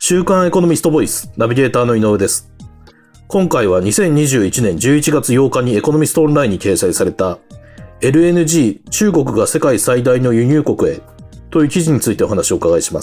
週刊エコノミストボイスナビゲーターの井上です。今回は2021年11月8日にエコノミストオンラインに掲載された LNG 中国が世界最大の輸入国へという記事についてお話をお伺いします。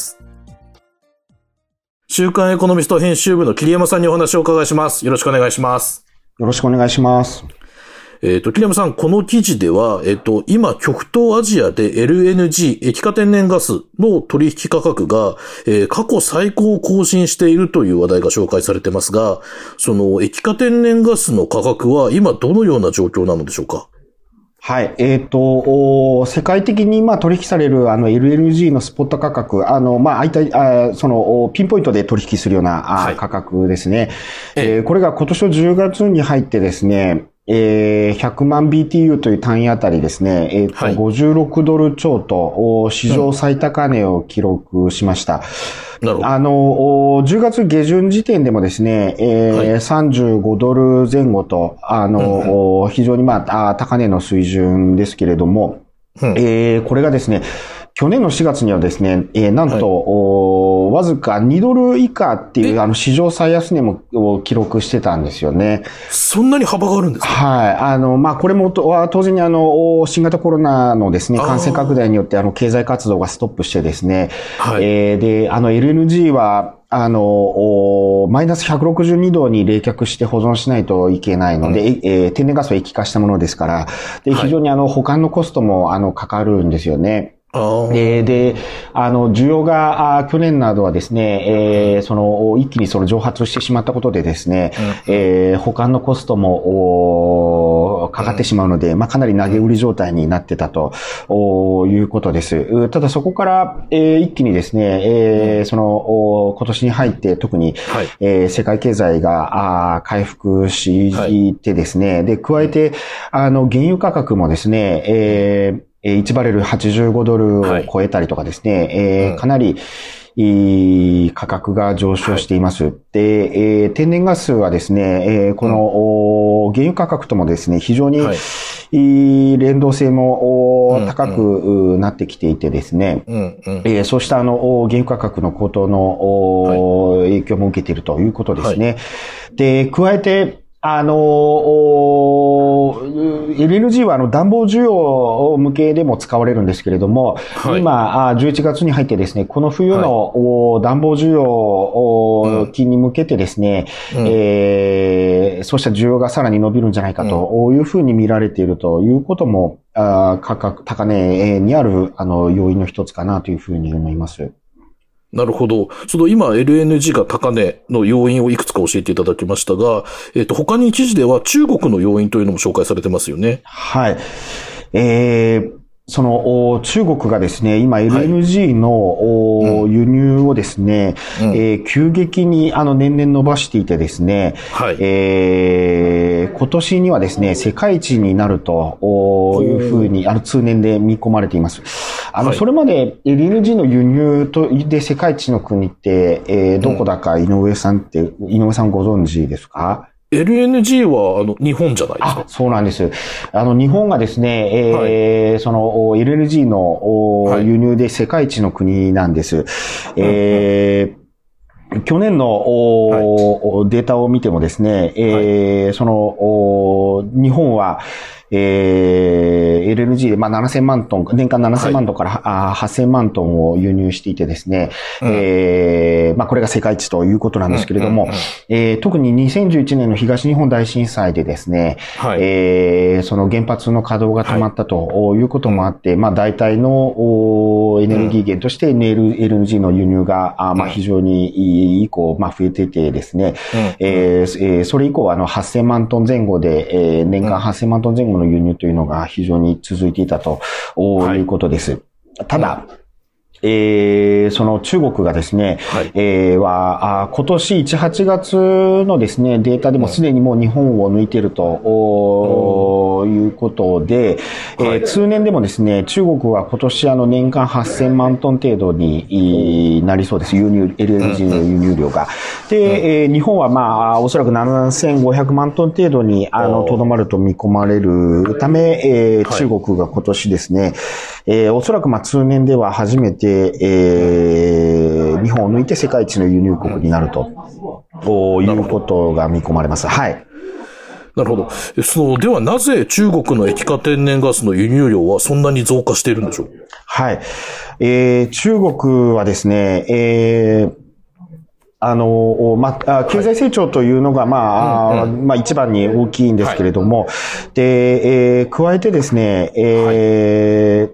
週刊エコノミスト編集部の桐山さんにお話をお伺いします。よろしくお願いします。 よろしくお願いします。 桐山さん、この記事では、今、極東アジアで LNG、液化天然ガスの取引価格が、過去最高を更新しているという話題が紹介されてますが、その液化天然ガスの価格は今どのような状況なのでしょうか？ はい。世界的に取引されるLNG のスポット価格、ピンポイントで取引するような価格ですね。これが今年の10月に入ってですね、100万 BTU という単位あたりですね、56ドル超と史上最高値を記録しました。なるほど。10月下旬時点でもですね、35ドル前後と、非常に高値の水準ですけれども、これがですね、去年の4月にはですね、なんと、わずか2ドル以下っていう史上最安値を記録してたんですよね。 そんなに幅があるんですか？ はい。これも当然に新型コロナのですね、感染拡大によって経済活動がストップしてですね、で、LNG は、マイナス162度に冷却して保存しないといけないので、天然ガスは液化したものですから、で、非常に保管のコストもかかるんですよね。で、需要が、去年などはですね、一気に蒸発してしまったことでですね、保管のコストも、かかってしまうので、かなり投げ売り状態になってたということです。ただそこから、一気にですね、今年に入って特に、世界経済が、回復してですね、で、加えて、原油価格もですね、1バレル85ドルを超えたりとかですね、かなり価格が上昇しています。で、天然ガスはですね、この原油価格ともですね、非常に連動性も高くなってきていてですね、そうした原油価格の高騰の影響も受けているということですね。で、加えて、LNG は暖房需要向けでも使われるんですけれども、今、11月に入ってですね、この冬の暖房需要期に向けてですね、そうした需要がさらに伸びるんじゃないかというふうに見られているということも、高値にある要因の一つかなというふうに思います。 なるほど。今 LNG が高値の要因をいくつか教えていただきましたが、他に記事では中国の要因というのも紹介されてますよね。 はい。中国がですね、今 LNG の輸入をですね、急激に年々伸ばしていてですね、今年にはですね、世界一になるというふうに通年で見込まれています。それまで LNG の輸入で世界一の国って、どこだか井上さんご存知ですか ？LNG は日本じゃないですか？ そうなんです。日本がですね、LNG の輸入で世界一の国なんです。去年のデータを見てもですね、日本はLNG で7000万トン、年間7000万トンから8000万トンを輸入していてですね、これが世界一ということなんですけれども、特に2011年の東日本大震災でですね、その原発の稼働が止まったということもあって、大体のエネルギー源として LNG の輸入が非常に以降増えていてですね、それ以降は8000万トン前後で、年間8000万トン前後の輸入というのが非常に続いていたということです。ただ、その中国がですね、今年1、8月のですね、データでもすでにもう日本を抜いているとということで、通年でもですね、中国は今年年間8000万トン程度になりそうです。LNG の輸入量が。で、日本はおそらく7500万トン程度にとどまると見込まれるため、中国が今年ですね、おそらく通年では初めて、日本を抜いて世界一の輸入国になるということが見込まれます。はい。 なるほど。ではなぜ中国の液化天然ガスの輸入量はそんなに増加しているんでしょう？ はい。中国はですね、経済成長というのが、一番に大きいんですけれども、で、加えてですね、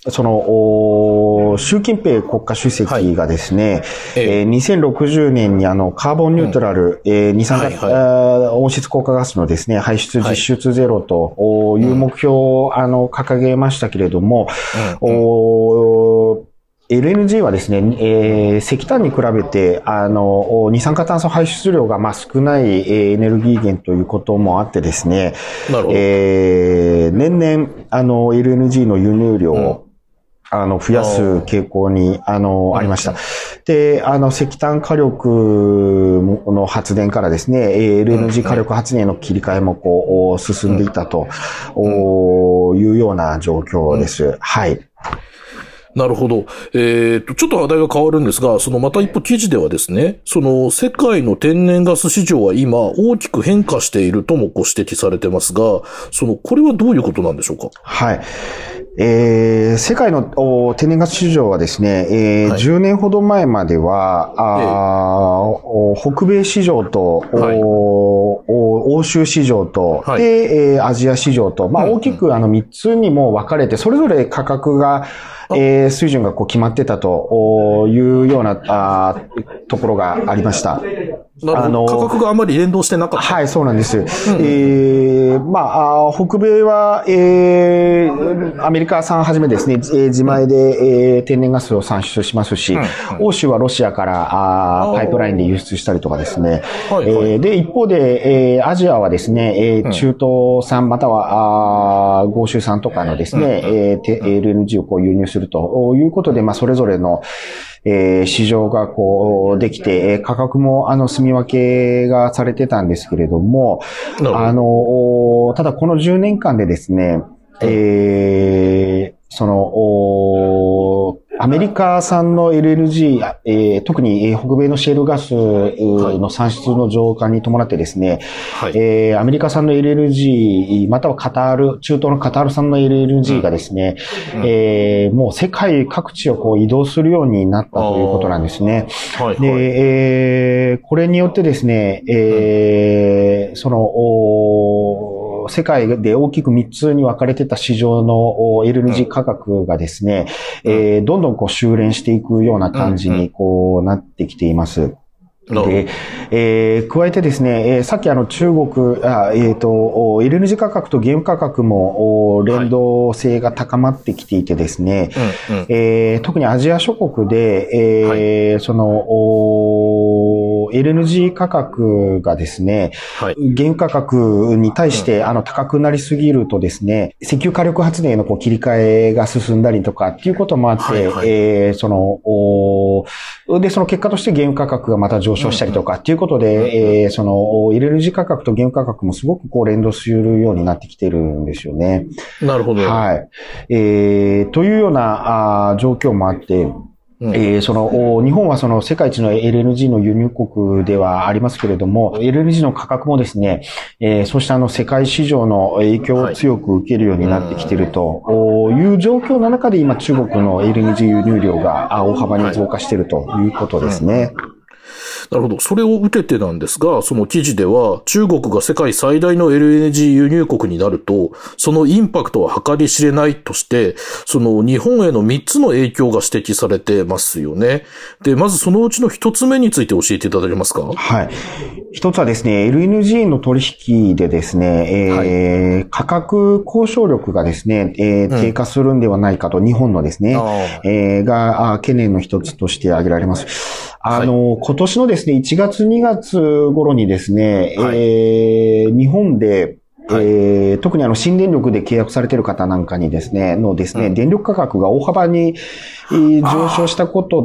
習近平国家主席がですね、2060年にカーボンニュートラル、二酸化温室効果ガスのですね、排出実質ゼロという目標を掲げましたけれども、LNG はですね、石炭に比べて、二酸化炭素排出量が少ないエネルギー源ということもあってですね、年々、LNG の輸入量を増やす傾向に、ありました。で、石炭火力の発電からですね、LNG 火力発電の切り替えも進んでいたというような状況です。はい。 なるほど。ちょっと話題が変わるんですが、また一歩記事ではですね、世界の天然ガス市場は今大きく変化しているとも指摘されてますが、これはどういうことなんでしょうか？ はい。世界の天然ガス市場はですね、10年ほど前までは、北米市場と、欧州市場と、で、アジア市場と、大きく3つにも分かれて、それぞれ価格が、水準が決まってたというようなところがありました。 なるほど。価格があまり連動してなかった。 はい、そうなんです。北米は、アメリカ産はじめですね、自前で、天然ガスを産出しますし、欧州はロシアからパイプラインで輸出したりとかですね。で、一方で、アジアはですね、中東産または豪州産とかのですね、LNG を輸入するということで、それぞれの市場ができて、価格も住み分けがされてたんですけれども、ただこの10年間でですね、アメリカ産の LNG、特に北米のシェールガスの産出の増加に伴ってですね、アメリカ産の LNG、または中東のカタール産の LNG がですね、もう世界各地を移動するようになったということなんですね。で、これによってですね、世界で大きく3つに分かれてた市場の LNG 価格がですね、どんどん修練していくような感じになってきています。で、加えてですね、さっき中国、LNG 価格と原油価格も連動性が高まってきていてですね、特にアジア諸国で、LNG 価格がですね、原油価格に対して高くなりすぎるとですね、石油火力発電への切り替えが進んだりとかっていうこともあって、その結果として原油価格がまた上昇したりとかっていうことで、LNG 価格と原油価格もすごく連動するようになってきてるんですよね。 なるほど。 はい。というような状況もあって、日本は世界一の LNG の輸入国ではありますけれども、LNG の価格もですね、そうした世界市場の影響を強く受けるようになってきているという状況の中で今中国の LNG 輸入量が大幅に増加しているということですね。 なるほど。それを受けてなんですが、その記事では中国が世界最大の LNG 輸入国になると、そのインパクトは計り知れないとして、日本への3つの影響が指摘されてますよね。で、まずそのうちの1つ目について教えていただけますか？ はい。一つはですね、LNG の取引でですね、価格交渉力がですね、低下するんではないかと、日本のですね、が懸念の一つとして挙げられます。今年のですね、1月2月頃にですね、日本で特に新電力で契約されている方なんかにですね、電力価格が大幅に上昇した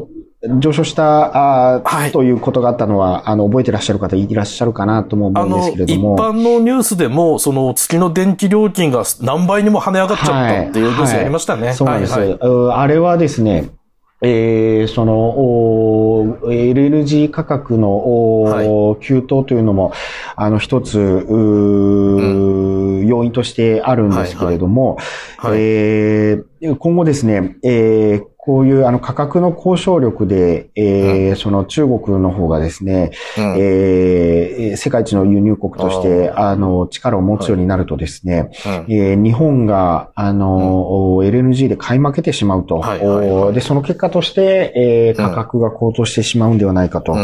ということがあったのは、覚えてらっしゃる方いらっしゃるかなとも思うんですけれども。 一般のニュースでも、その月の電気料金が何倍にも跳ね上がっちゃったっていうニュースがありましたね。 そうなんです。あれはですね、LNG 価格の急騰というのも、一つ、要因としてあるんですけれども、今後ですね、こういう価格の交渉力で、その中国の方がですね、世界一の輸入国として、力を持つようになるとですね、日本が、LNG で買い負けてしまうと。で、その結果として、価格が高騰してしまうんではないかと。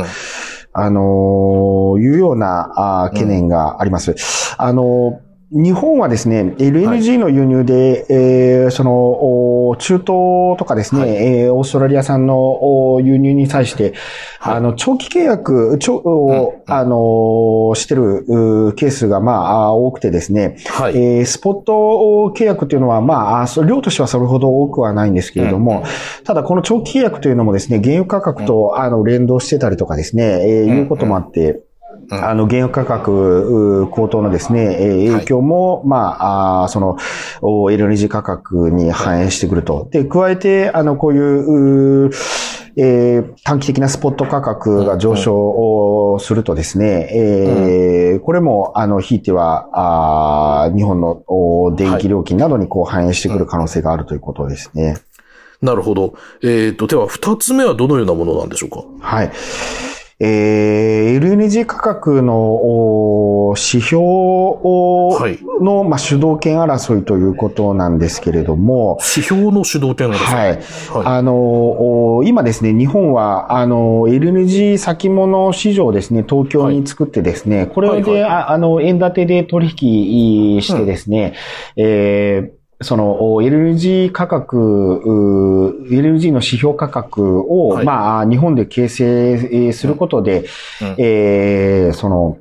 いうような懸念があります。日本はですね、LNG の輸入で、その、中東とかですね、オーストラリア産の輸入に対して、長期契約を、してるケースが、多くてですね、スポット契約というのは、量としてはそれほど多くはないんですけれども、ただこの長期契約というのもですね、原油価格と、連動してたりとかですね、いうこともあって、原油価格高騰のですね、影響も、その、LNG 価格に反映してくると。で、加えて、こういう、短期的なスポット価格が上昇するとですね、これも、ひいては、日本の電気料金などに反映してくる可能性があるということですね。 なるほど。では、二つ目はどのようなものなんでしょうか？ はい。LNG 価格の指標の、主導権争いということなんですけれども。 指標の主導権争い。 はい。今ですね、日本は、LNG 先物市場ですね、東京に作ってですね、これで、円建てで取引してですね、その LNG 価格、LNG の指標価格を、日本で形成することで、その、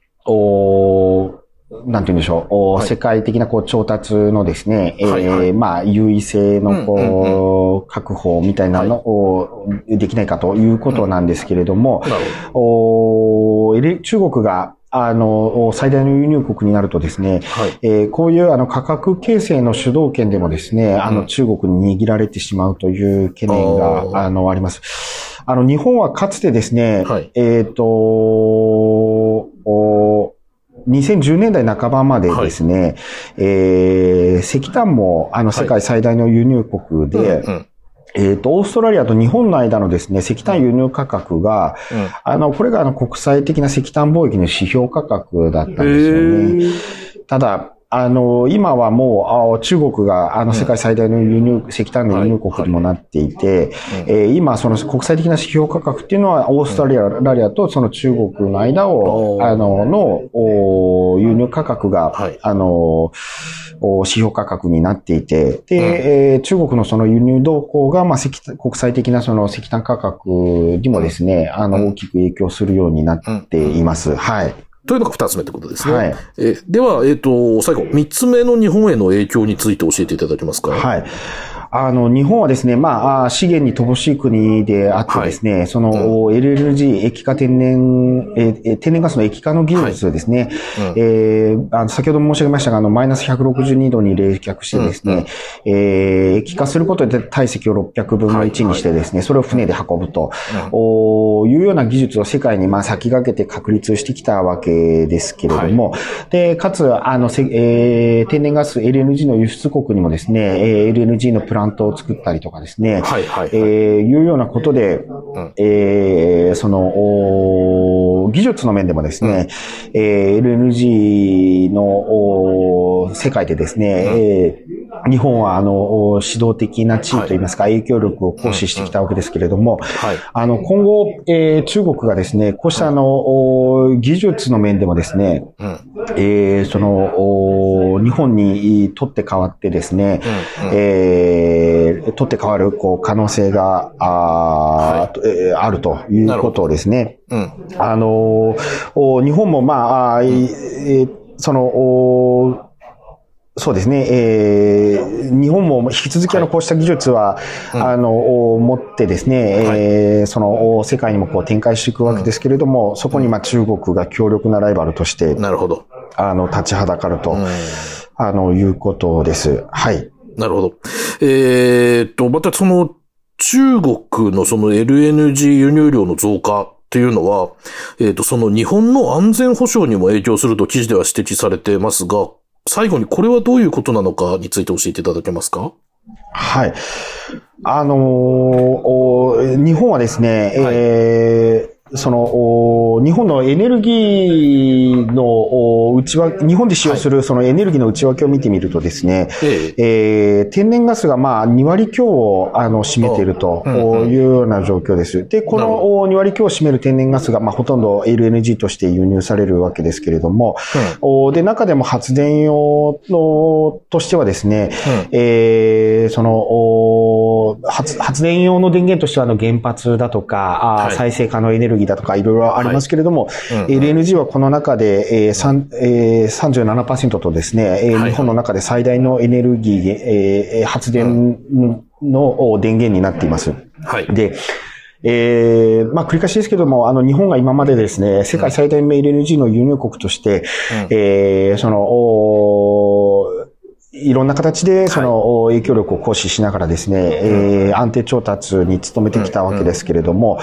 なんて言うんでしょう、世界的な調達のですね、優位性の確保みたいなのをできないかということなんですけれども、中国が最大の輸入国になるとですね、こういう価格形成の主導権でもですね、中国に握られてしまうという懸念が、あります。日本はかつてですね、2010年代半ばまでですね、石炭も世界最大の輸入国で、オーストラリアと日本の間のですね、石炭輸入価格が、これが国際的な石炭貿易の指標価格だったんですよね。ただ、今はもう、中国が世界最大の石炭の輸入国にもなっていて、今その国際的な指標価格っていうのはオーストラリアとその中国の間を、輸入価格が、指標価格になっていて、で、中国のその輸入動向が、国際的なその石炭価格にもですね、大きく影響するようになっています。はい。 というのが二つ目ってことですね。では、最後、三つ目の日本への影響について教えていただけますか？ はい。日本はですね、資源に乏しい国であってですね、その、LNG 液化天然ガスの液化の技術ですね、先ほど申し上げましたが、マイナス162度に冷却してですね、液化することで体積を600分の1にしてですね、それを船で運ぶと、いうような技術を世界に先駆けて確立してきたわけですけれども、で、かつ、天然ガス LNG の輸出国にもですね、LNG のプラントを作ったりとかですね、いうようなことで、その、技術の面でもですね、LNG の世界でですね、日本は指導的な地位といいますか、影響力を行使してきたわけですけれども、今後、中国がですね、こうした技術の面でもですね、その、日本にとって変わってですね、取って変わる可能性があるということをですね。日本もそうですね、日本も引き続きこうした技術は、持ってですね、世界にもこう展開していくわけですけれども、そこに中国が強力なライバルとして、 なるほど。 立ちはだかると、いうことです。はい。 なるほど。また中国のLNG 輸入量の増加っていうのは、日本の安全保障にも影響すると記事では指摘されていますが、最後にこれはどういうことなのかについて教えていただけますか？ はい。日本はですね、日本のエネルギーの日本で使用するそのエネルギーの内訳を見てみるとですね、天然ガスが2割強を占めているというような状況です。で、この2割強を占める天然ガスがほとんど LNG として輸入されるわけですけれども、で、中でも発電用としてはですね、発電用の電源としては原発だとか、再生可能エネルギーだとかいろいろありますけれども、LNG はこの中で、37% とですね、日本の中で最大のエネルギー、発電の電源になっています。で、繰り返しですけども、日本が今までですね、世界最大の LNG の輸入国として、いろんな形で影響力を行使しながらですね、安定調達に努めてきたわけですけれども、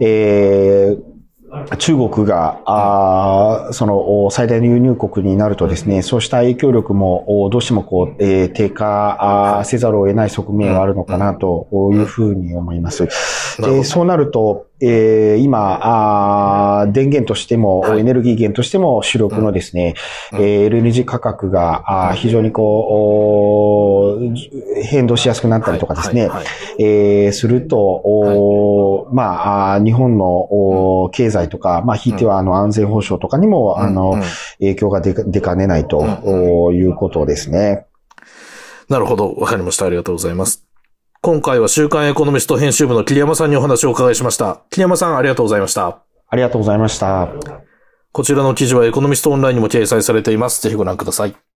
中国が、最大の輸入国になるとですね、そうした影響力も、どうしても低下せざるを得ない側面があるのかなというふうに思います。で、そうなると、今、電源としても、エネルギー源としても主力のですね、LNG 価格が、非常に変動しやすくなったりとかですね、すると、日本の経済とか、ひいては安全保障とかにも、影響が出かねないということですね。 なるほど。わかりました。ありがとうございます。今回は週刊エコノミスト編集部の桐山さんにお話をお伺いしました。桐山さん、ありがとうございました。 ありがとうございました。 こちらの記事はエコノミストオンラインにも掲載されています。ぜひご覧ください。